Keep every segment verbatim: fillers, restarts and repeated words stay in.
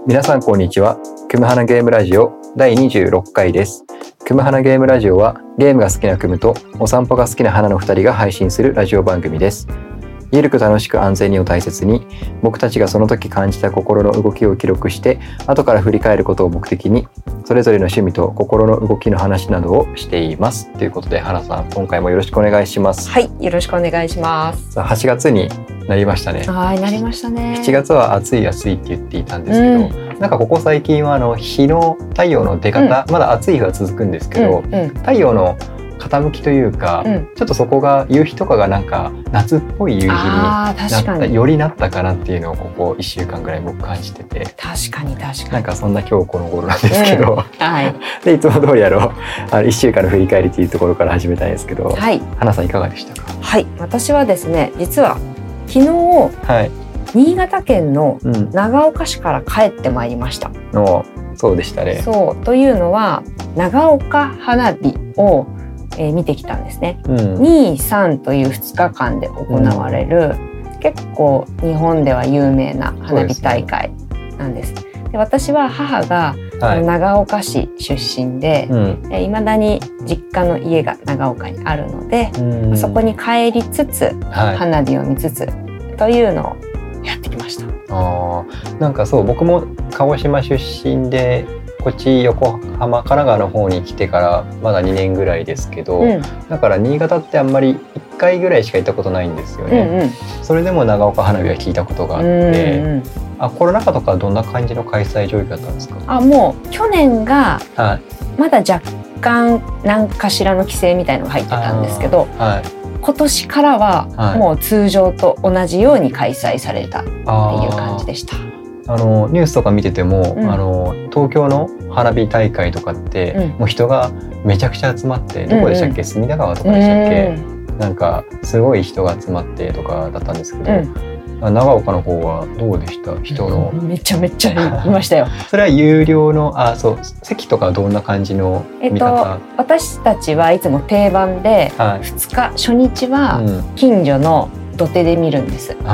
皆さんこんにちは。くむはなゲームラジオだいにじゅうろっかいです。くむはなゲームラジオはゲームが好きなくむとお散歩が好きな花のふたりが配信するラジオ番組です。ゆるく楽しく安全にを大切に、僕たちがその時感じた心の動きを記録して後から振り返ることを目的に、それぞれの趣味と心の動きの話などをしていますということで、花さん今回もよろしくお願いします。 はい、よろしくお願いします。 さあはちがつになりましたね。 はい、なりましたね。 しちがつは暑い暑いって言っていたんですけど、うん、なんかここ最近はあの日の太陽の出方、うん、まだ暑い日は続くんですけど、うんうん、太陽の傾きというか、うん、ちょっとそこが夕日とかがなんか夏っぽい夕日になったよりなったかなっていうのをここいっしゅうかんぐらい僕感じてて、 確かに確かになんかそんな今日この頃なんですけど、うんはい、 でいつも通りあのあのいっしゅうかんの振り返りというところから始めたいんですけど、 はい、 花さんいかがでしたか？ はい、私はですね、実は昨日、はい、新潟県の長岡市から帰ってまいりました。 うん、そうでしたね。 そうというのは長岡花火をえー、見てきたんですね、うん、に、さんというふつかかんで行われる、うん、結構日本では有名な花火大会なんです。で、私は母が、はい、長岡市出身で、うん、えー、未だに実家の家が長岡にあるので、うん、そこに帰りつつ、はい、花火を見つつというのをやってきました。 あ、なんかそう、僕も鹿児島出身でこっち横浜神奈川の方に来てからまだにねんぐらいですけど、うん、だから新潟ってあんまりいっかいぐらいしか行ったことないんですよね、うんうん、それでも長岡花火は聞いたことがあって、うんうん、あ、コロナ禍とかはどんな感じの開催状況だったんですか？ あ、もう去年がまだ若干何かしらの規制みたいのが入ってたんですけど、はい、今年からはもう通常と同じように開催されたっていう感じでした。 あのニュースとか見てても、うん、あの東京の花火大会とかって、うん、もう人がめちゃくちゃ集まって、どこでしたっけ、うんうん、隅田川とかでしたっけ、うん、なんかすごい人が集まってとかだったんですけど、うん、長岡の方はどうでした？人の、 うん、めちゃめちゃいましたよ。 それは有料の、あ、そう、席とかどんな感じの見方？ えっと、私たちはいつも定番で、はい、ふつか初日は近所の土手で見るんです、うん、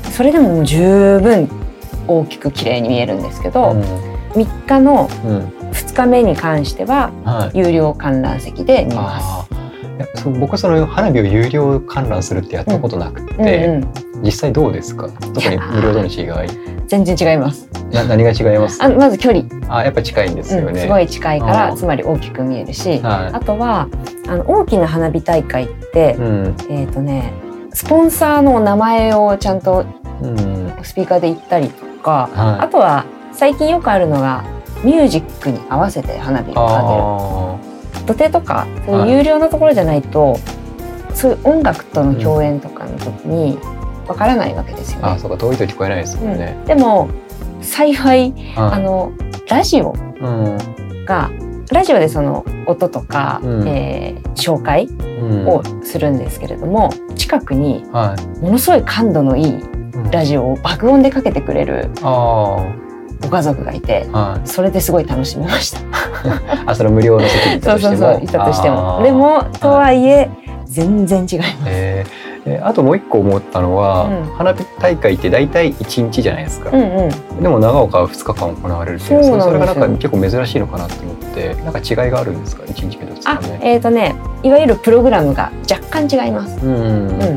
それでももう十分大きく綺麗に見えるんですけど、うん、みっかのふつかめに関しては有料観覧席で見ます、 うん、はい、そう、僕その花火を有料観覧するってやったことなくて、うんうんうん、実際どうですか？特に無料との違い？ 全然違います。 な何が違います？ あ、まず距離。 あ、やっぱ近いんですよね、うん、 すごい近いから、つまり大きく見えるし、はい、あとはあの大きな花火大会って、うん、えーとね、スポンサーの名前をちゃんとスピーカーで言ったりとか、はい、あとは最近よくあるのがミュージックに合わせて花火が出る。土手とかそういう有料のところじゃないと、はい、そういう音楽との共演とかの時にわからないわけですよね。 あ、そうか、遠いと聞こえないですもんね、 うん、でも幸い、あのラジオが、うん、ラジオでその音とか、うん、えー、紹介をするんですけれども、うん、近くにものすごい感度のいいラジオを爆音でかけてくれるご家族がいて、はい、それですごい楽しみました。 あ、その無料の席にいたとしても。 そうそうそう、いたとしても。でもとはいえ、はい、全然違います。 えー、あともう一個思ったのは、うん、花火大会って大体いちにちじゃないですか、うんうん、でも長岡はふつかかん行われるっていう、それがなんか結構珍しいのかなと思って、なんか違いがあるんですか？いちにちめとふつかめ。 あ、えーとね、いわゆるプログラムが若干違います、うんうんうん、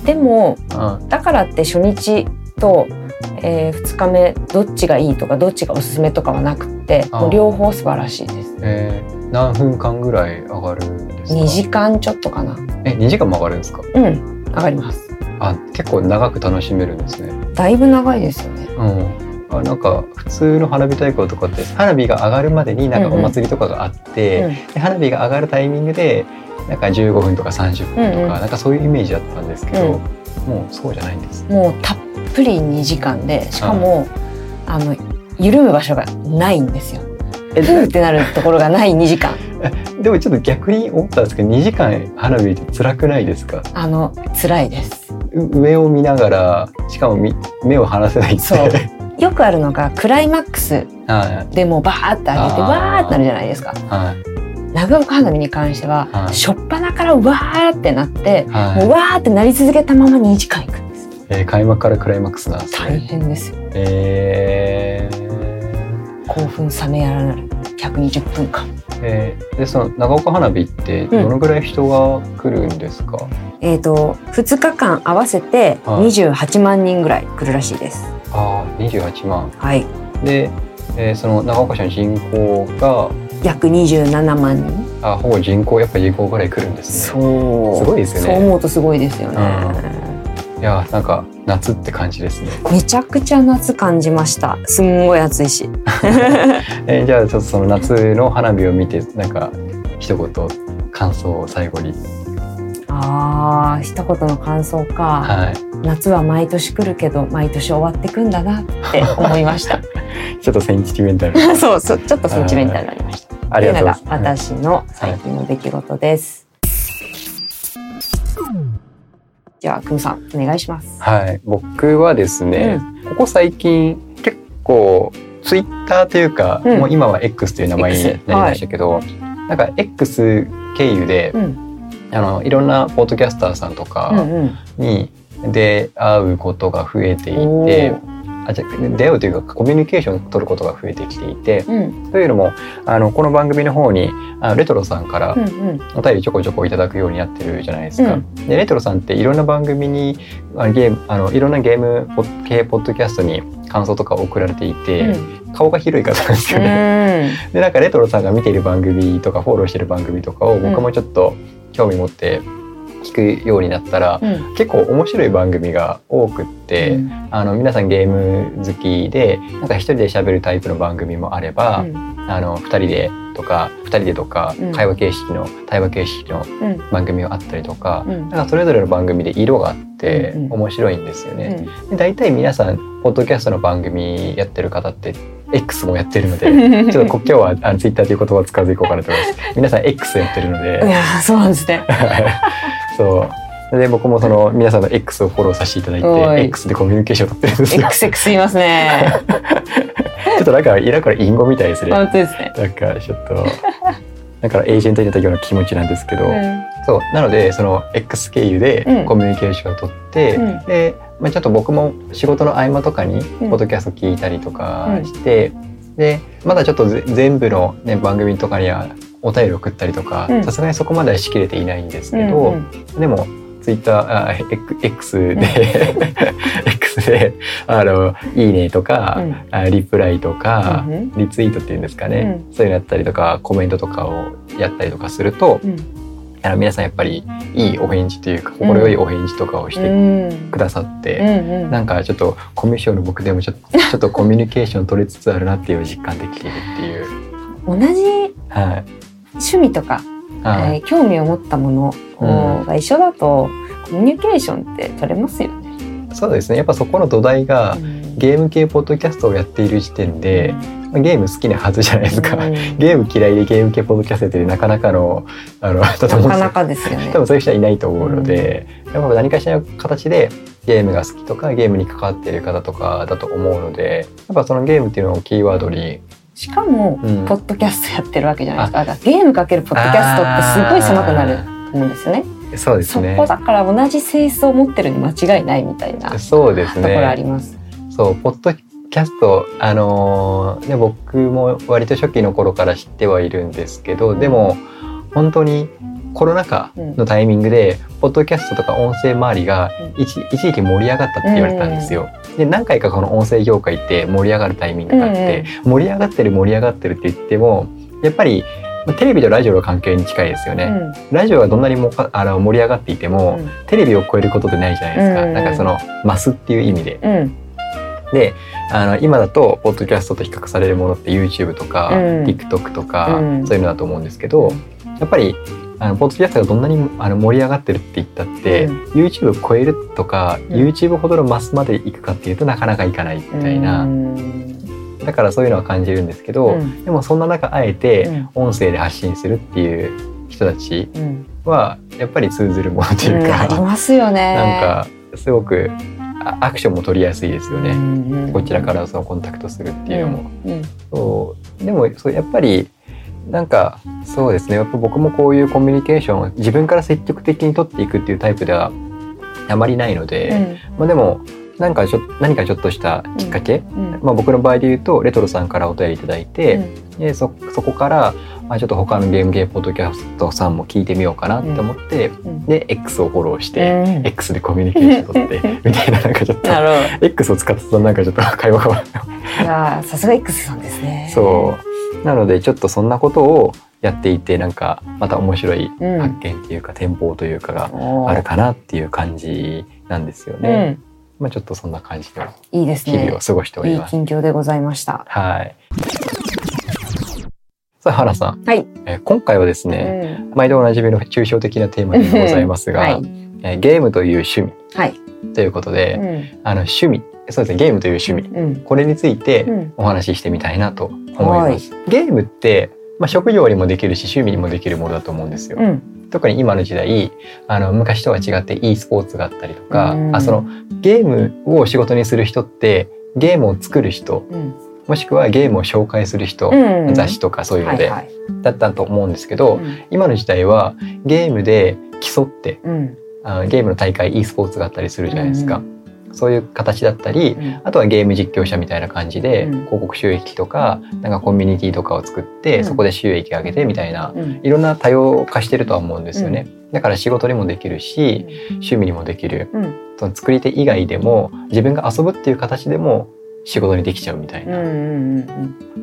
でも、うん、だからって初日と、えー、ふつかめどっちがいいとかどっちがおすすめとかはなくて、もう両方素晴らしいです。 えー、何分間ぐらい上がるんですか？ にじかんちょっとかな。 え、にじかんも上がるんですか？ うん、上がります。 あ、結構長く楽しめるんですね。 だいぶ長いですよね。 うん、あ、なんか普通の花火大会とかって花火が上がるまでになんかお祭りとかがあって、うんうん、で花火が上がるタイミングでなんかじゅうごふんとかさんじゅっぷんとか、うんうん、なんかそういうイメージだったんですけど、うん、もうそうじゃないんです。 もうたっぷりにじかんで、しかも、あの緩む場所がないんですよ。えーってなるところがないにじかん。 でもちょっと逆に思ったんですけど、にじかん花火って辛くないですか？ あの辛いです。 上を見ながら、しかも目を離せないって。 そうよくあるのがクライマックスでもうバーって上げてわーってなるじゃないですか。はい、長岡花火に関しては、はい、初っ端からわーってなって、はい、もうわーってなり続けたままにじかんいくんです。 えー、開幕からクライマックスなんですね。 大変ですよ。 えー興奮冷めやらぬひゃくにじゅっぷんかん。 えー、でその長岡花火ってどのぐらい人が来るんですか？うん、 えーとふつかかん合わせてにじゅうはちまんにんぐらい来るらしいです。 ああ、にじゅうはちまん。 はい。 で、えー、その長岡市の人口が約にじゅうななまんにん。 あ、ほぼ人口やっぱ人口ぐらい来るんですね。 そう。 すごいですよね。 そう思うとすごいですよね。 うん、いやなんか夏って感じですね。 めちゃくちゃ夏感じました。すんごい暑いし。 えー、じゃあちょっとその夏の花火を見てなんか一言感想を最後に。 ああ、一言の感想か。 はい。 夏は毎年来るけど毎年終わってくんだなって思いました。 ちょっとセンチメンタル。 そうそう、ちょっとセンチメンタルになりました。 ありがとうございます。 というのが私の最近の出来事です。はい、じゃあくむさんお願いします。 はい、僕はですね、うん、ここ最近結構ツイッターというか、うん、もう今は X という名前になりましたけど、はい、なんか X 経由で、うん、あのいろんなポッドキャスターさんとかに出会うことが増えていて、うんうん、あじゃ出会うというかコミュニケーションを取ることが増えてきていて、うん、というのもあのこの番組の方にあのレトロさんからお便りちょこちょこいただくようになってるじゃないですか、うん、でレトロさんっていろんな番組にあゲームあのいろんなゲーム系ポッドキャストに感想とか送られていて、うん、顔が広い方なんですよね、うん、でなんかレトロさんが見ている番組とかフォローしている番組とかを僕もちょっと興味持って聞くようになったら、うん、結構面白い番組が多くって、うん、あの皆さんゲーム好きでなんか一人で喋るタイプの番組もあれば、うん、あの二人でとか二人でとか、うん、会話形式の対話形式の番組があったりとか、うん、なんかそれぞれの番組で色があって面白いんですよね、うん、で大体皆さんポッドキャストの番組やってる方って X もやってるのでちょっと今日はあの Twitter という言葉を使わずいこうかなと思います皆さん X やってるのでいやそうなんですねそうで僕もその皆さんの X をフォローさせていただいて X でコミュニケーションを取ってるんですよエックスエックス 言いますねちょっとなんかイラから隠語みたいですね本当ですねなんかちょっとだからエージェントになったような気持ちなんですけど、うん、そうなのでその X 経由でコミュニケーションを取って、うん、で、まあ、ちょっと僕も仕事の合間とかにポッドキャスト聞いたりとかして、うん、でまだちょっと全部の、ね、番組とかにはお便り送ったりとかさすがにそこまではしきれていないんですけど、うんうん、でもツイッターあ X で、うん、X であのいいねとか、うん、リプライとか、うん、リツイートっていうんですかね、うん、そういうのやったりとかコメントとかをやったりとかすると、うん、あの皆さんやっぱりいいお返事というか心よいお返事とかをしてくださって、うん、なんかちょっとコミュ障の僕でもちょっと、ちょっとコミュニケーション取りつつあるなっていう実感できているっていう。 同じ趣味とか、はいえー、興味を持ったものが一緒だと、うん、コミュニケーションって取れますよね。 そうですねやっぱそこの土台が、うん、ゲーム系ポッドキャストをやっている時点で、うん、ゲーム好きなはずじゃないですか、うん、ゲーム嫌いでゲーム系ポッドキャストってなかなかのあのだと思うんですよ。 なかなかですよね。 多分そういう人はいないと思うので、うん、やっぱ何かしらの形でゲームが好きとかゲームに関わっている方とかだと思うのでやっぱそのゲームっていうのをキーワードにしかも、うん、ポッドキャストやってるわけじゃないですか。だからゲームかけるポッドキャストってすごい狭くなると思うんですよね。 そうですね。 そこだから同じ性質を持ってるに間違いないみたいなそうですねところあります。 そうポッドキャストあのーね、僕も割と初期の頃から知ってはいるんですけどでも本当にコロナ禍のタイミングで、うん、ポッドキャストとか音声周りが一、うん、一時期盛り上がったって言われたんですよ、うんうん、で何回かこの音声業界って盛り上がるタイミングがあって、うんうん、盛り上がってる盛り上がってるって言ってもやっぱりテレビとラジオの関係に近いですよね、うん、ラジオがどんなにもあの盛り上がっていても、うん、テレビを超えることってないじゃないですか、うんうん、なんかそのマスっていう意味で、うん、であの今だとポッドキャストと比較されるものって YouTube とか、うん、TikTok とか、うん、そういうのだと思うんですけどやっぱりあのポッドキャストがどんなにあの盛り上がってるって言ったって、うん、YouTube を超えるとか、うん、YouTube ほどのマスまでいくかっていうとなかなかいかないみたいな、うん、だからそういうのは感じるんですけど、うん、でもそんな中あえて音声で発信するっていう人たちはやっぱり通ずるものというか、 うん、ありますよね。 なんかすごくアクションも取りやすいですよね、うんうん、こちらからそのコンタクトするっていうのも、うんうん、そうでもそうやっぱりなんかそうですねやっぱ僕もこういうコミュニケーションを自分から積極的に取っていくっていうタイプではあまりないので、うんまあ、でもなんかちょ何かちょっとしたきっかけ、 うんうんまあ、僕の場合で言うとレトロさんからお便りいただいて、 うんで そ, そこから、まあ、ちょっと他のゲーム系ポッドキャストさんも聞いてみようかなって思って、 うん、 で X をフォローして、 うん、 X でコミュニケーション取ってみたいな、なんかちょっと X を使ってたなんかちょっと会話がいやさすが X さんですね。 そうなのでちょっとそんなことをやっていて、なんかまた面白い発見っていうか、うん、展望というかがあるかなっていう感じなんですよね。うん、まあちょっとそんな感じでいいですね。 日々を過ごしております。 いい近況でございました。 はい。さあ原さん、 はい、 えー、今回はですね、うん、毎度おなじみの抽象的なテーマでございますが、はい、えー、ゲームという趣味、はい、ということで、うん、あの趣味そうですねゲームという趣味、うん、これについてお話ししてみたいなと思います。うん、ゲームって、まあ、職業にもできるし趣味にもできるものだと思うんですよ。うん、特に今の時代あの昔とは違って e スポーツがあったりとか、うん、あそのゲームを仕事にする人ってゲームを作る人、うん、もしくはゲームを紹介する人、うん、雑誌とかそういうので、はいはい、だったと思うんですけど、うん、今の時代はゲームで競って、うん、あのゲームの大会 e スポーツがあったりするじゃないですか。うん、そういう形だったり、うん、あとはゲーム実況者みたいな感じで、うん、広告収益とかなんかコミュニティとかを作って、うん、そこで収益上げてみたいな、うん、いろんな多様化してるとは思うんですよね。うん、だから仕事にもできるし、うん、趣味にもできる、うん、その作り手以外でも自分が遊ぶっていう形でも仕事にできちゃうみたいな、うんうんうん、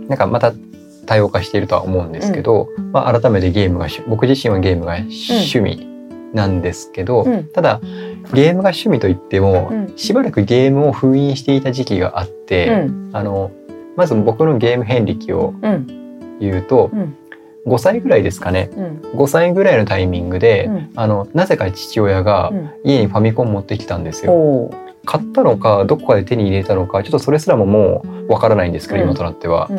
なんかまた多様化しているとは思うんですけど、うん、まあ、改めてゲームが僕自身はゲームが趣味なんですけど、うん、ただゲームが趣味といっても、うん、しばらくゲームを封印していた時期があって、うん、あのまず僕のゲーム遍歴を言うと、うん、ごさいぐらいですかね、うん、ごさいぐらいのタイミングで、うん、あのなぜか父親が家にファミコン持ってきたんですよ。うん、買ったのかどこかで手に入れたのかちょっとそれすらももうわからないんですけど、うん、今となっては、うん、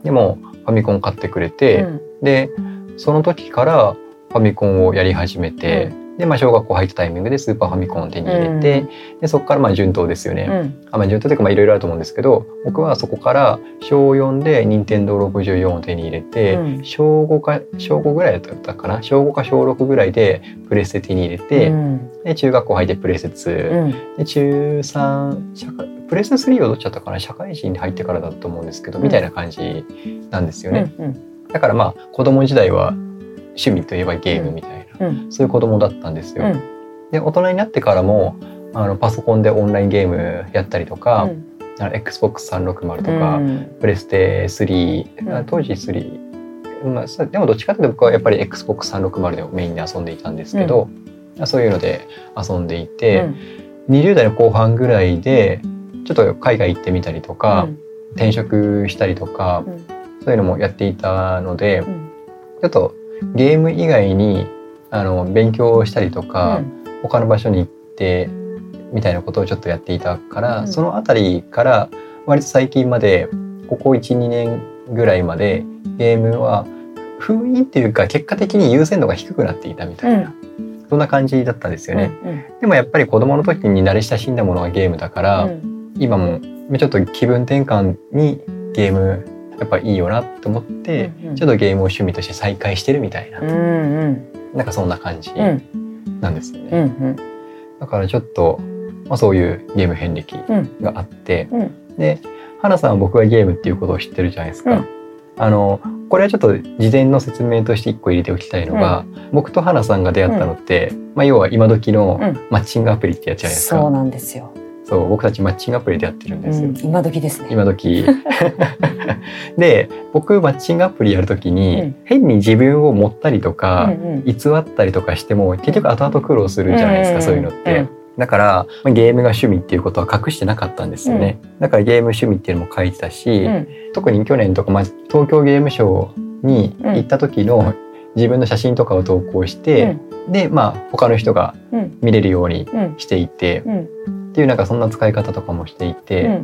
でもファミコン買ってくれて、うん、でその時からファミコンをやり始めて、うん、でまあ、小学校入ったタイミングでスーパーファミコンを手に入れて、うん、でそこからまあ順当ですよね。うん、あまあ、順当というかまあいろいろあると思うんですけど、僕はそこからしょうよんで任天堂ろくじゅうよんを手に入れて、うん、小ごか小ごぐらいだったかな、小ごか小ろくぐらいでプレステ手に入れて、うん、で中学校入ってプレステツー、うん、で中さん社会プレステスリーはどっちだったかな、社会人に入ってからだと思うんですけど、うん、みたいな感じなんですよね。うんうん、だからまあ子供時代は趣味といえばゲームみたいな、うん、そういう子供だったんですよ。うん、で大人になってからもあのパソコンでオンラインゲームやったりとか、うん、あの エックスボックスさんびゃくろくじゅう とか、うん、プレステスリー、当時スリー、まあ、でもどっちかというと僕はやっぱり エックスボックスさんびゃくろくじゅう でメインで遊んでいたんですけど、うん、そういうので遊んでいて、うん、にじゅう代の後半ぐらいでちょっと海外行ってみたりとか、うん、転職したりとか、うん、そういうのもやっていたので、うん、ちょっとゲーム以外にあの勉強したりとか、うん、他の場所に行ってみたいなことをちょっとやっていたから、うん、そのあたりから割と最近までここ いちにねんぐらいまでゲームは封印っていうか結果的に優先度が低くなっていたみたいな、うん、そんな感じだったんですよね。うんうん、でもやっぱり子供の時に慣れ親しんだものがゲームだから、うん、今もちょっと気分転換にゲームやっぱいいよなと思って、うんうん、ちょっとゲームを趣味として再開してるみたいな、うんうん、なんかそんな感じなんですよね。うんうん、だからちょっと、まあ、そういうゲーム遍歴があって、うんうん、で花さんは僕がゲームっていうことを知ってるじゃないですか。うん、あのこれはちょっと事前の説明として一個入れておきたいのが、うん、僕と花さんが出会ったのって、うん、まあ、要は今時のマッチングアプリってやつじゃないですか。 そうなんですよ。 そう僕たちマッチングアプリでやってるんですよ。 うん、今時ですね。 今時で僕マッチングアプリやるときに、うん、変に自分を盛ったりとか、うんうん、偽ったりとかしても結局後々苦労するじゃないですか、うん、そういうのって、うん、だからゲームが趣味っていうことは隠してなかったんですよね。うん、だからゲーム趣味っていうのも書いてたし、うん、特に去年とか、まあ、東京ゲームショウに行った時の自分の写真とかを投稿して、うん、でまあ他の人が見れるようにしていて、うんうん、っていうなんかそんな使い方とかもしていて、うん、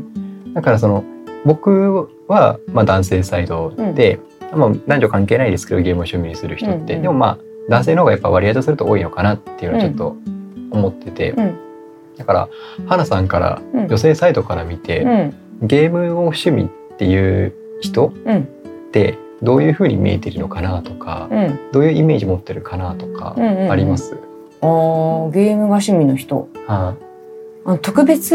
だからその僕はまあ男性サイドで、うん、まあ、男女関係ないですけどゲームを趣味にする人って、うんうん、でもまあ男性の方がやっぱ割合とすると多いのかなっていうのをちょっと思ってて、うん、だから花さんから女性サイドから見て、うん、ゲームを趣味っていう人ってどういうふうに見えているのかなとか、うん、どういうイメージ持ってるかなとかあります？ うんうんうん、あー、ゲームが趣味の人、はあ、あの特別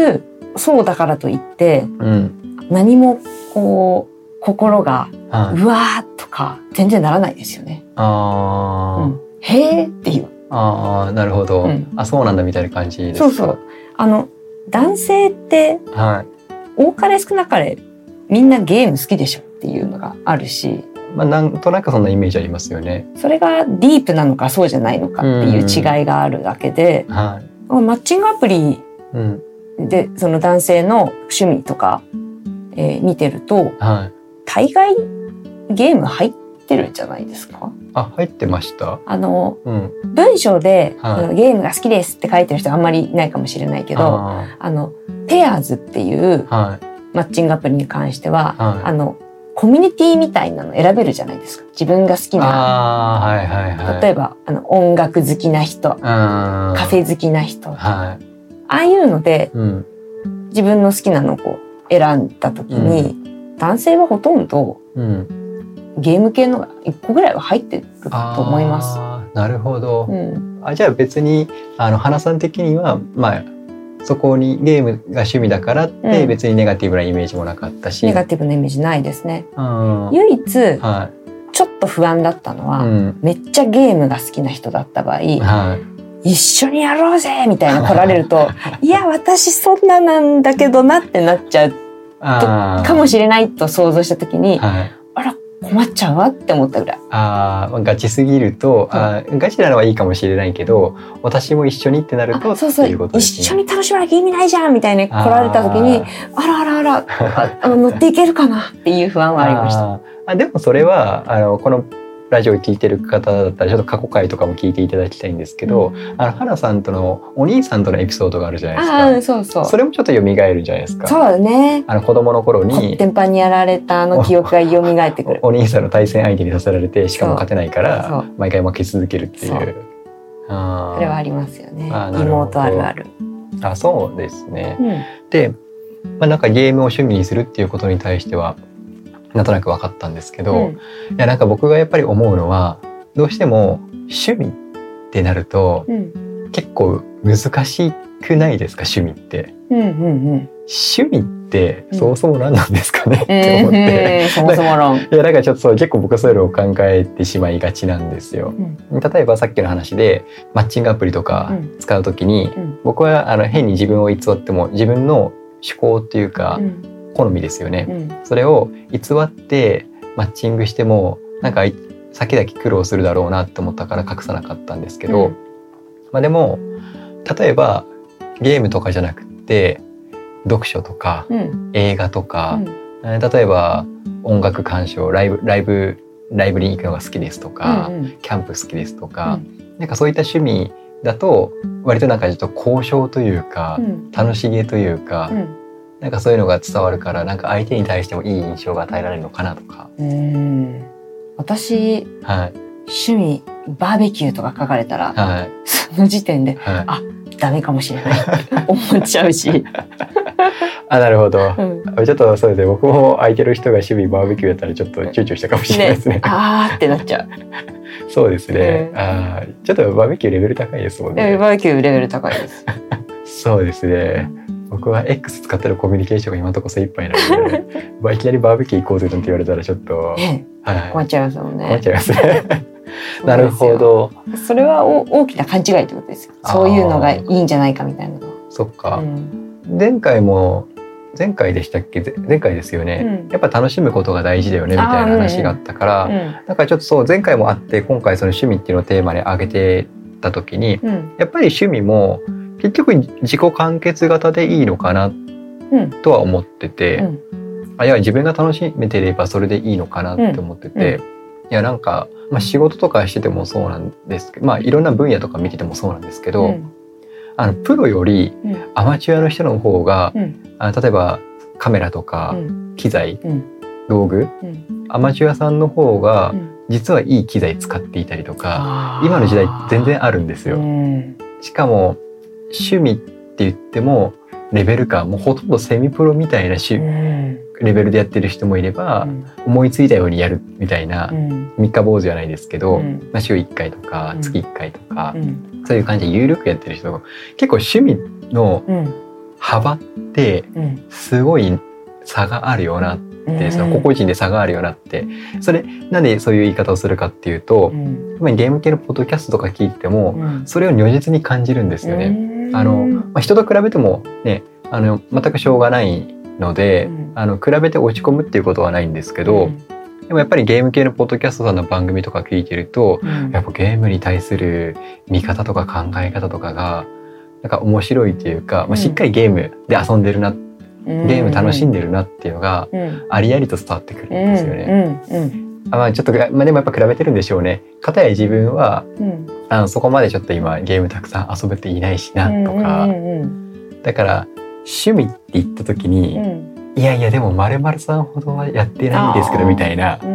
そうだからといって、 うん、 何もこう心が、 はい、 うわーとか全然ならないですよね。 あー、 うん、へーっていう。 あー、なるほど、うん、あ、そうなんだみたいな感じですか。 そうそう。あの男性って、はい、多かれ少なかれみんなゲーム好きでしょっていうのがあるし、 まあ、なんとなくそんなイメージありますよね。 それがディープなのかそうじゃないのかっていう違いがあるだけで、うん、はい、マッチングアプリでその男性の趣味とか、えー、見てると、はい、大概ゲーム入ってるんじゃないですか。 あ、入ってました。あの、 うん、文章で、はい、ゲームが好きですって書いてる人はあんまりいないかもしれないけど、ああのペアーズっていう、はい、マッチングアプリに関しては、はい、あのコミュニティみたいなの選べるじゃないですか。自分が好きな、あ、はいはいはい、例えばあの音楽好きな人、カフェ好きな人、はい、ああいうので、うん、自分の好きなのをこう選んだ時に、うん、男性はほとんど、うん、ゲーム系のがいっこぐらいは入ってると思います。 あ、なるほど、うん、あ、じゃあ別にあの花さん的にはまあそこにゲームが趣味だからって別にネガティブなイメージもなかったし、 うん、ネガティブなイメージないですね。唯一、はい、ちょっと不安だったのは、うん、めっちゃゲームが好きな人だった場合、はい、一緒にやろうぜみたいな来られるといや私そんななんだけどなってなっちゃうかもしれないと想像した時に、はい、あら困っちゃうわって思ったぐらい。 ああ、ガチすぎると、あ、ガチなのはいいかもしれないけど、私も一緒にってなると、 そうそう、っていうことですね。一緒に楽しまなきゃ意味ないじゃんみたいに来られた時に、あらあらあら、あの乗っていけるかなっていう不安はありました。 ああ、でもそれはあのこのラジオを聞いてる方だったらちょっと過去回とかも聞いていただきたいんですけど、うん、あの花さんとのお兄さんとのエピソードがあるじゃないですか。 あ、そうそう。 それもちょっと蘇るじゃないですか。 そうだね。 あの子供の頃にコッテンパンにやられたあの記憶が蘇ってくる。 お, お兄さんの対戦相手にさせられて、しかも勝てないから毎回負け続けるっていう。そう。 あ、それはありますよね。妹あるある。 あ、そうですね。うん、で、まあ、なんかゲームを趣味にするっていうことに対してはなんとなく分かったんですけど、うん、いやなんか僕がやっぱり思うのは、どうしても趣味ってなると、うん、結構難しくないですか、趣味って、うんうんうん、趣味ってそもそも何なんですかね、うん、って思って、 そもそも論。 いやなんかちょっとそう結構僕はそういうのを考えてしまいがちなんですよ、うん、例えばさっきの話でマッチングアプリとか使うときに、うん、僕はあの変に自分を偽っても自分の思考っていうか、うん、好みですよね、うん、それを偽ってマッチングしてもなんか先々苦労するだろうなって思ったから隠さなかったんですけど、うん、まあでも例えばゲームとかじゃなくって読書とか、うん、映画とか、うん、例えば音楽鑑賞、ライブライブライブに行くのが好きですとか、うんうん、キャンプ好きですとか、うん、なんかそういった趣味だと割となんかちょっと高尚というか、うん、楽しげというか、うん、なんかそういうのが伝わるからなんか相手に対してもいい印象が与えられるのかなとか。 うーん、私、はい、趣味バーベキューとか書かれたら、はい、その時点で、はい、あ、ダメかもしれないって思っちゃうしあ、なるほど、うん、ちょっとそうですね、僕も空いてる人が趣味バーベキューやったらちょっと躊躇したかもしれないですね。ね、 あーってなっちゃうそうですね、うん、あ、ちょっとバーベキューレベル高いですもんね。 バーベキューレベル高いですそうですね、僕は X 使ってるコミュニケーションが今のところ精一杯なので、いきなりバーベキュー行こうぜなんて言われたらちょっと、 ね、はい、困っちゃいますもんね。 困っちゃいますねなるほど。 それはお大きな勘違いってことですよ。そういうのがいいんじゃないかみたいなのは。 そっか、うん、前回も前回でしたっけ、前回ですよね、うん、やっぱ楽しむことが大事だよねみたいな話があったから、うんうん、だからちょっとそう前回もあって今回その趣味っていうのをテーマに挙げてた時に、うん、やっぱり趣味も結局自己完結型でいいのかなとは思ってて、うん、あ、いや自分が楽しめてればそれでいいのかなって思ってて、うん、いやなんか、まあ、仕事とかしててもそうなんですけど、まあいろんな分野とか見ててもそうなんですけど、うん、あのプロよりアマチュアの人の方が、うん、あ例えばカメラとか機材、うん、道具、うん、アマチュアさんの方が実はいい機材使っていたりとか、今の時代全然あるんですよ。しかも趣味って言ってもレベル感もうほとんどセミプロみたいなし、うん、レベルでやってる人もいれば、うん、思いついたようにやるみたいな、うん、三日坊主じゃないですけど、うんまあ、週いっかいとか月いっかいとか、うん、そういう感じで有力やってる人が結構趣味の幅ってすごい差があるよなって、うん、その個々人で差があるよなって、それなんでそういう言い方をするかっていうと、うん、ゲーム系のポッドキャストとか聞いても、うん、それを如実に感じるんですよね。うん、あのまあ、人と比べてもね、あの全くしょうがないので、うん、あの比べて落ち込むっていうことはないんですけど、うん、でもやっぱりゲーム系のポッドキャストさんの番組とか聞いてると、うん、やっぱゲームに対する見方とか考え方とかがなんか面白いというか、まあ、しっかりゲームで遊んでるな、うん、ゲーム楽しんでるなっていうのがありありと伝わってくるんですよね。うんうんうん、あまあちょっと、まあ、でもやっぱ比べてるんでしょうね。かたや自分は、うん、あのそこまでちょっと今ゲームたくさん遊べていないしなとか、うんうんうん、だから趣味って言った時に、うん、いやいやでも〇〇さんほどはやってないんですけどみたいな、うんうん、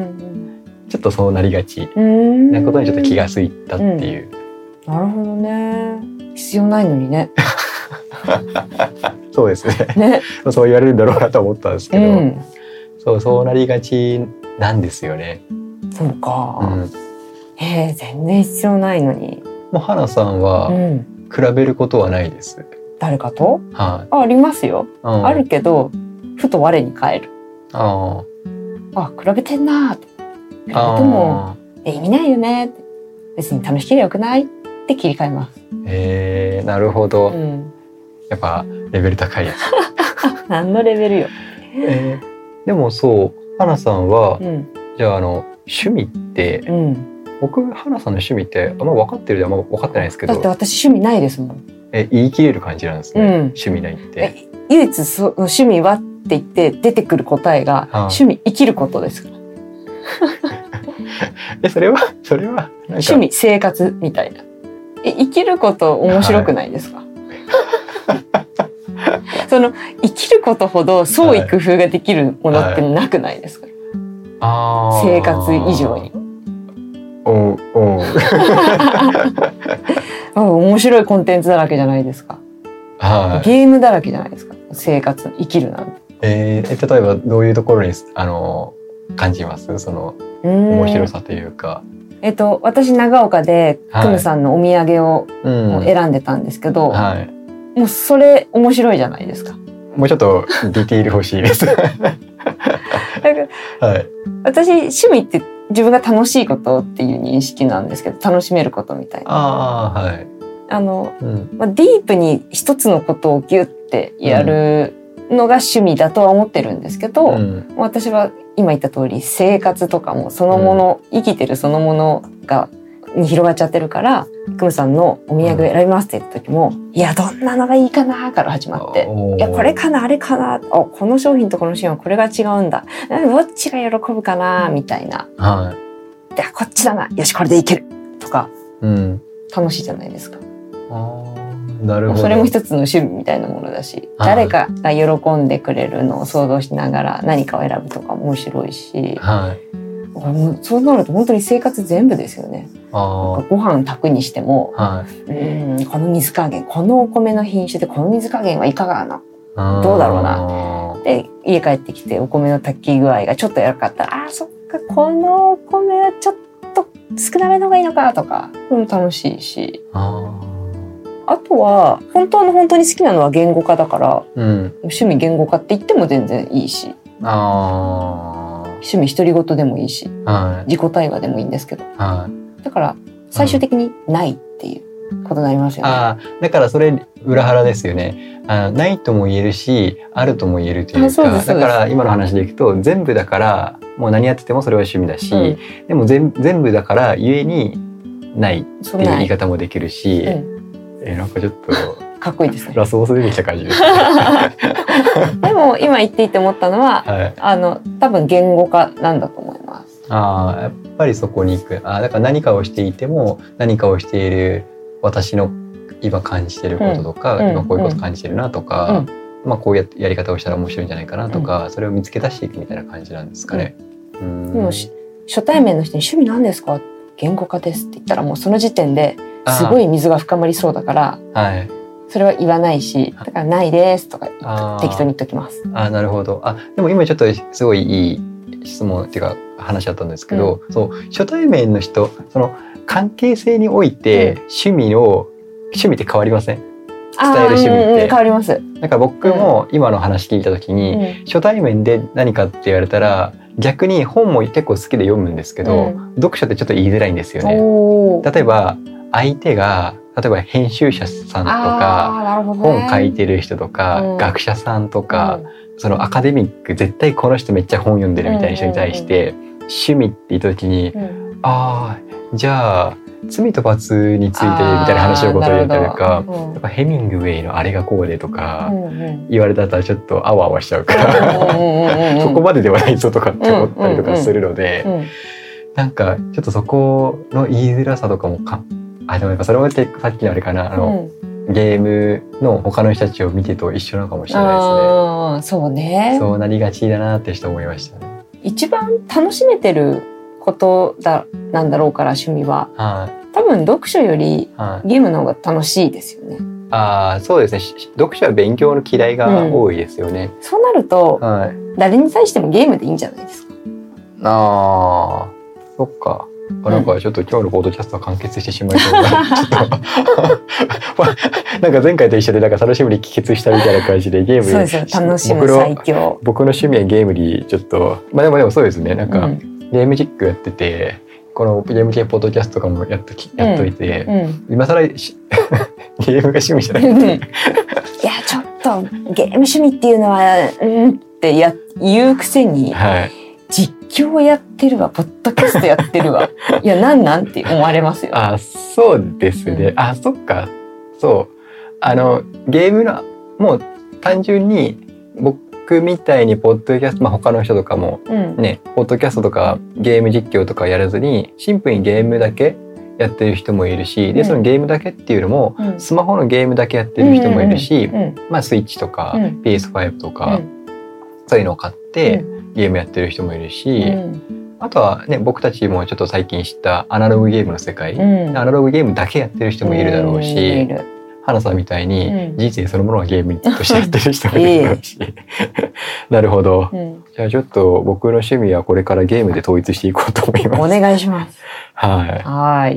ちょっとそうなりがちなことにちょっと気がついたっていう。 うん、なるほどね。必要ないのにね。 そうですね。ね、そう言われるんだろうなと思ったんですけど、うん、そうそうなりがちなんですよね。 そうか。うん、へえ、全然必要ないのに。 もう花さんは比べることはないです。うん、 誰かと？ はい。 あ、ありますよ。うん、あるけど、ふと我に返る。ああ。あ、比べてんなーって。比べても意味ないよねって。別に楽しければよくないって切り替えます。 へえ、なるほど。うん、やっぱレベル高いです。 何のレベルよ。 えー、でもそう花さんは、うん、じゃああの趣味って、うん、僕花さんの趣味ってあんま分かってるであんま分かってないですけど。 だって私趣味ないですもん。 え、言い切れる感じなんですね。うん、趣味ないって。 え、唯一その趣味はって言って出てくる答えが、はあ、趣味生きることですから。 え、それはそれは趣味生活みたいな。え、生きること面白くないですか？はい、その生きることほど創意工夫ができるものってなくないですか？はい、生活以上に。 おうおう面白いコンテンツだらけじゃないですか。はい、ゲームだらけじゃないですか。生活生きるなんて。 えー、例えばどういうところにあの感じます？その面白さというか。 えっと私長岡でクムさんのお土産を選んでたんですけど、はい、もうそれ面白いじゃないですか。 もうちょっとディテール欲しいです。はい、 私趣味って自分が楽しいことっていう認識なんですけど、楽しめることみたいな。 あ、はい、 あの、うん、まあ、ディープに一つのことをギュッてやるのが趣味だとは思ってるんですけど、うん、私は今言った通り生活とかもそのもの、うん、生きてるそのものがに広がっちゃってるから、クムさんのお土産選びますって言った時も、うん、いやどんなのがいいかなから始まって、いやこれかなあれかな、あこの商品とこの商品はこれが違うんだ、どっちが喜ぶかなみたいな、はい、でこっちだな、よしこれでいけるとか、うん、楽しいじゃないですか。 あ、なるほど。 それも一つの趣味みたいなものだし、誰かが喜んでくれるのを想像しながら何かを選ぶとかも面白いし、はい、そうなると本当に生活全部ですよね。あ、ご飯炊くにしても、はい、うん、この水加減、このお米の品種でこの水加減はいかがな、どうだろうな。で家帰ってきてお米の炊き具合がちょっとやらかったら、あ、そっかこのお米はちょっと少なめの方がいいのかとか、それも楽しいし。ああとは本当の本当に好きなのは言語化だから、うん、趣味言語化って言っても全然いいし、あ、趣味独り言でもいいし、はい、自己対話でもいいんですけど、はい、だから最終的にないっていうことになりますよね。あ、 だからそれ裏腹ですよね。あ、ないとも言えるしあるとも言えるというか、だから今の話でいくと全部だからもう何やっててもそれは趣味だし、うん、でも 全, 全部だからゆえにないっていう言い方もできるし、えー、なんかちょっとかっこいいですね。 ラスボス出てきた感じです、 ね。でも今言っていて思ったのは、はい、あの多分言語化なんだと思います。 あ、やっぱりそこに行く。あ、だから何かをしていても何かをしている私の今感じてることとか、うん、今こういうこと感じてるなとか、うん、まあこういうやり方をしたら面白いんじゃないかなとか、うん、それを見つけ出していくみたいな感じなんですかね。うん、でも初対面の人に趣味何ですか？言語化ですって言ったらもうその時点ですごい溝が深まりそうだから、はい、それは言わないし、だからないですとか適当に言っときます。 あ、なるほど。あ、でも今ちょっとすごいいい質問っていうか話だったんですけど、うん、そう初対面の人、その関係性において趣味の、うん、趣味って変わりません？ える趣味って、 うん、変わります。 なんか僕も今の話聞いた時に、うん、初対面で何かって言われたら逆に本も結構好きで読むんですけど、うん、読書ってちょっと言いづらいんですよね。例えば相手が例えば編集者さんとか、ね、本書いてる人とか、うん、学者さんとか、うん、そのアカデミック絶対この人めっちゃ本読んでるみたいな人に対して、うんうんうん、趣味って言った時に、うん、ああじゃあ罪と罰についてみたいな話をことを言ったりとか、うん、やっぱヘミングウェイのあれがこうでとか言われたらちょっとあわあわしちゃうからそこまでではないぞとかって思ったりとかするので、うんうんうん、なんかちょっとそこの言いづらさとかもかあでもやっぱそれもさっきのあれかなあの、うん、ゲームの他の人たちを見てと一緒なのかもしれないですね。 あそうね。 そうなりがちだなって人思いましたね。 一番楽しめてることだなんだろうから趣味は、はい、多分読書よりゲームの方が楽しいですよね。 はい、あそうですね。読書は勉強の嫌いが多いですよね。 うん、そうなると、はい、誰に対してもゲームでいいんじゃないですか。 あそっか。なんかちょっと今日のポッドキャストは完結してしまいそうな、ちょっとなんか前回と一緒でなんか楽しみに帰結したみたいな感じでゲームそうですよ楽しむ最強。 僕の趣味はゲームにちょっとまあでもでもそうですねなんか、うん、ゲーム実況やっててこのゲーム系ポッドキャストとかもやっとやっといて、うんうん、今更ゲームが趣味じゃなくて、うん、いやちょっとゲーム趣味っていうのはうんってや言うくせに、はい、実況やってるわポッドキャストやってるわいやなんなんって思われますよ。 あそうですね、うん、あそっかそうあのゲームのもう単純に僕みたいにポッドキャスト、まあ、他の人とかもね、うん、ポッドキャストとかゲーム実況とかやらずにシンプルにゲームだけやってる人もいるし、うん、でそのゲームだけっていうのも、うん、スマホのゲームだけやってる人もいるし、うんうんうん、まあスイッチとか、うん、ピーエスファイブ とか、うん、そういうのを買って、うんゲームやってる人もいるし、うん、あとはね僕たちもちょっと最近知ったアナログゲームの世界、うん、アナログゲームだけやってる人もいるだろうし、うん、花さんみたいに人生そのものはゲームとしてやってる人もいるだろうし、うん、なるほど、うん、じゃあちょっと僕の趣味はこれからゲームで統一していこうと思います。 お願いします。 はい。 はい。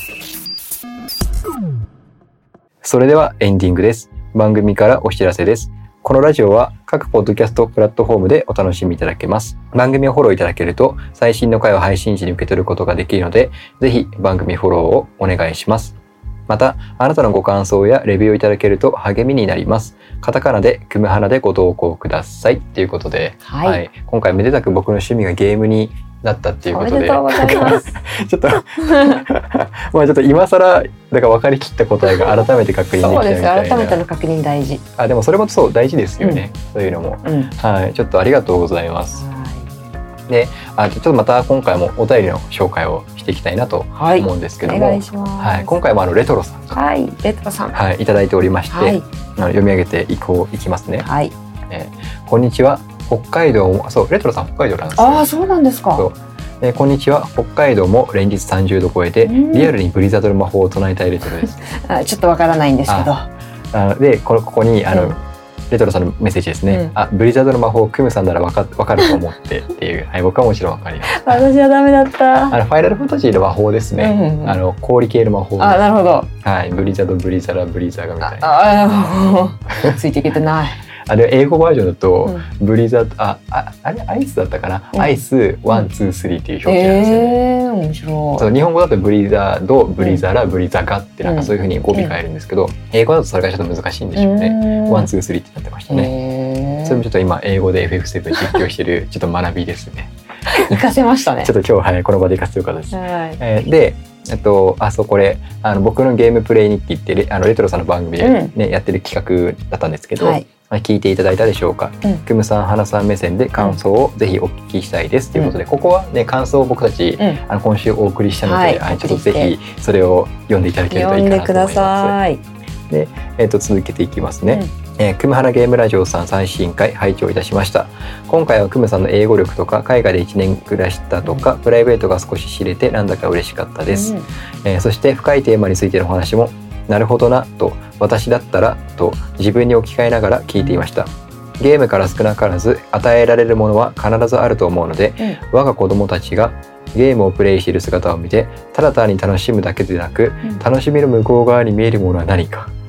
それではエンディングです。番組からお知らせです。このラジオは各ポッドキャストプラットフォームでお楽しみいただけます。番組をフォローいただけると最新の回を配信時に受け取ることができるので、ぜひ番組フォローをお願いします。また、あなたのご感想やレビューをいただけると励みになります。カタカナでくむはなでご投稿くださいということで、はいはい、今回めでたく僕の趣味がゲームになったっていうことで、おめでとうございます。ちょっとまあちょっと今更だから分かりきった答えが改めて確認できたみたいな。そうです。 改めての確認大事。 あでもそれもそう大事ですよね。うん、そういうのも、うん、はいちょっとありがとうございます。で、あちょっとまた今回もお便りの紹介をしていきたいなと思うんですけども、はい、お願いします。はい、今回もあのレトロさんから、 はい、レトロさん、 はい、いただいておりまして、はい、あの読み上げていこういきますね。はい。えー、こんにちは。北海道もそうレトロさん北海道なんですよ。 ああそうなんですか。 そうえー、こんにちは。北海道も連日さんじゅうど超えてリアルにブリザードの魔法を唱えたいレトロです。 あちょっとわからないんですけど。 ああでこここにあの、うん、レトロさんのメッセージですね。うん、あブリザードの魔法クムさんならわかわかると思ってっていう、はい、僕はもちろんわかります。 私はダメだった。 あのファイナルファンタジーの魔法ですね。うんうん、あの氷系の魔法。 あなるほど。 はいブリザードブリザラブリザガみたいな。 ああついていけてない。 あれ英語バージョンだと、うん、ブリザード あ, あ, あれアイスだったかな、うん、アイスワンツースリーっていう表記なんですよね。 えー、面白い。 そう日本語だとブリザードブリザラ、うん、ブリザガってなんかそういう風に語尾変えるんですけど、うん、英語だとそれがちょっと難しいんでしょうね。ワンツースリーってなってましたね。えー、それもちょっと今英語で エフエフセブン 実況してるちょっと学びですね。 活かせましたね。 ちょっと今日、はい、この場で活かせよかったです。はいえー、でえっと、あそうこれあの僕のゲームプレイ日記ってレあのレトロさんの番組で、ねうん、やってる企画だったんですけど、はい、聞いていただいたでしょうか。うん、クムさん、花さん目線で感想をぜひお聞きしたいですということで、うん、ここはね感想を僕たち、うん、あの今週お送りしたので、はい、ちょっとぜひそれを読んでいただけるといいかなと思います。読んでください。で、えー、と続けていきますね。うんえー、クムハナゲームラジオさん最新回拝聴いたしました。今回はクムさんの英語力とか海外でいちねん暮らしたとか、うん、プライベートが少し知れてなんだか嬉しかったです。うんえー、そして深いテーマについてのお話もなるほどなと私だったらと自分に置き換えながら聞いていました。ゲームから少なからず与えられるものは必ずあると思うので、うん、我が子供たちがゲームをプレイしている姿を見てただ単に楽しむだけでなく、うん、楽しみの向こう側に見えるものは何か、え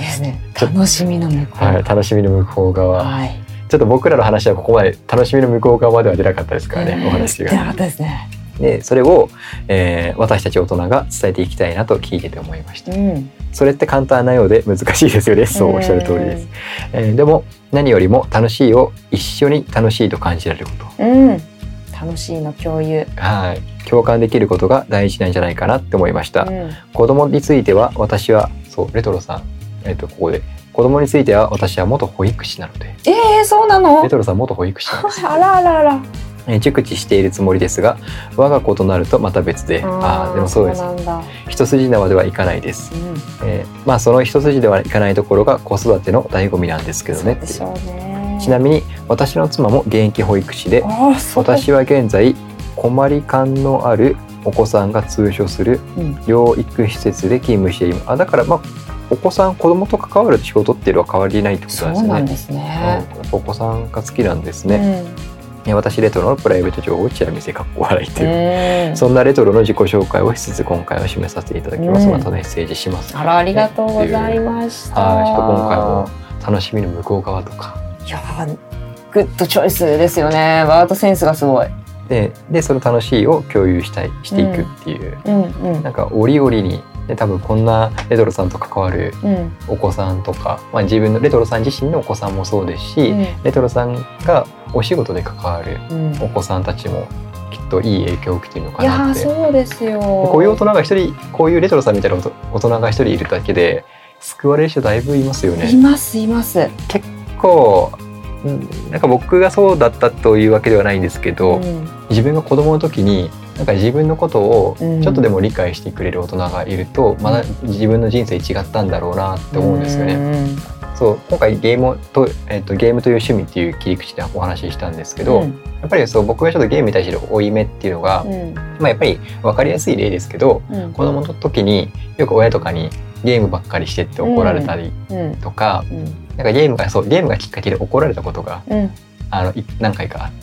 ですね。楽しみの向こう、 はい、楽しみの向こう側、 はい、 ちょっと僕らの話はここまで楽しみの向こう側までは出なかったですからね、 えー、 お話が出なかったですね。 でそれを、えー、私たち大人が伝えていきたいなと聞いてて思いました、うん、それって簡単なようで難しいですよね。そうおっしゃる通りです、えー、でも何よりも楽しいを一緒に楽しいと感じられること、うん、 楽しいの共有、 はい、共感できることが大事なんじゃないかなって思いました、うん、子供については私はそうレトロさん、えー、とここで子供については私は元保育士なので。 えー、そうなの？ レトロさん元保育士なんです。 あらあらあら。 えー、熟知しているつもりですが我が子となるとまた別で、ああでもそうです。そうなんだ。一筋縄ではいかないです、うん、えー、まあその一筋ではいかないところが子育ての醍醐味なんですけどね。 そうでしょうね。 ちなみに私の妻も現役保育士で、私は現在困り感のあるお子さんが通所する療育施設で勤務しています、うん、あだからまあお子さん子供と関わる仕事っていうのは変わりないってことなんですね。 そうなんですね、 うん、お子さんが好きなんですね、うん、私レトロのプライベート情報をちら見せかっこ笑いという、そんなレトロの自己紹介をしつつ今回は締めさせていただきます、うん、またメッセージします、ね、 あらありがとうございました。 はい、ちょっと今回も楽しみの向こう側とか、 いやグッドチョイスですよね。ワードセンスがすごいで, でその楽しいを共有したいしていくっていう、うんうんうん、なんか折々にで多分こんなレトロさんと関わるお子さんとか、うんまあ、自分のレトロさん自身のお子さんもそうですし、うん、レトロさんがお仕事で関わるお子さんたちもきっといい影響を受けているのかなって。 いやそうですよ。 こういう大人が一人こういうレトロさんみたいな大人が一人いるだけで救われる人だいぶいますよね。 いますいます。 結構なんか僕がそうだったというわけではないんですけど、うん、自分が子供の時になんか自分のことをちょっとでも理解してくれる大人がいると、うん、まだ自分の人生違ったんだろうなって思うんですよね、うん、そう今回ゲームと、えーと、ゲームという趣味っていう切り口でお話ししたんですけど、うん、やっぱりそう僕がちょっとゲームに対しての負い目っていうのが、まあ、やっぱり分かりやすい例ですけど、子供の時によく親とかにゲームばっかりしてって怒られたりとか、なんかゲームがそうゲームがきっかけで怒られたことが、うん、あの何回かあって、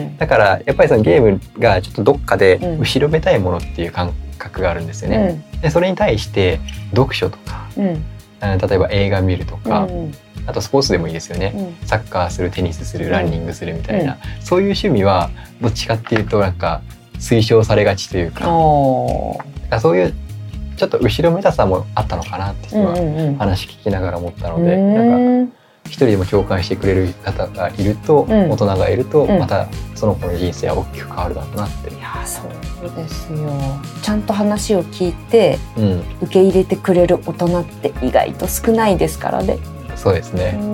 うん、だからやっぱりそのゲームがちょっとどっかで後ろめたいものっていう感覚があるんですよね、うん、でそれに対して読書とか、うん、例えば映画見るとか、うん、あとスポーツでもいいですよね、うん、サッカーするテニスするランニングするみたいな、うん、そういう趣味はどっちかっていうとなんか推奨されがちというか、そういうちょっと後ろめたさもあったのかなって今話聞きながら思ったので、うんうん、なんか一人でも共感してくれる方がいると、うん、大人がいると、うん、またその子の人生は大きく変わるだろうなって。 いやそうですよ。ちゃんと話を聞いて、うん、受け入れてくれる大人って意外と少ないですからね。 そうですね、うん、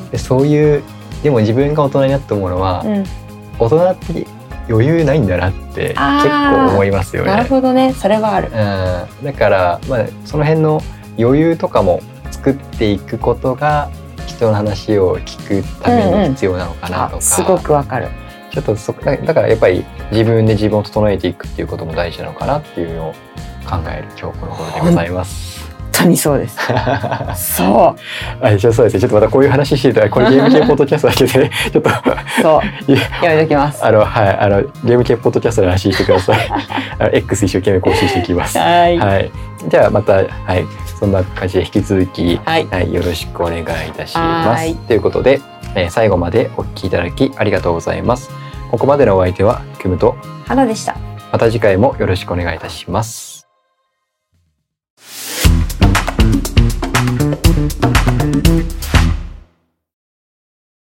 でそういうでも自分が大人になって思うのは、うん、大人って余裕ないんだなって結構思いますよね。 なるほどね、それはある、 うん、だから、まあ、その辺の余裕とかも作っていくことが人の話を聞くために必要なのかなとか、うんうん、 すごくわかる。 ちょっとそだからやっぱり自分で自分を整えていくっていうことも大事なのかなっていうのを考える今日この頃でございます。 本当にそうです。そう。 あ、一応そうですね。ちょっとまたこういう話してたらこれゲーム系ポッドキャストだけでちょっとそうやめときます。 あのはいあのゲーム系ポッドキャストで話してください。あの X 一生懸命更新していきます。 はい、 はい。じゃあまたはいそんな感じで引き続き、はいはい、よろしくお願いいたします。ということで、えー、最後までお聞きいただきありがとうございます。ここまでのお相手はキムと花でした。 また次回もよろしくお願いいたします。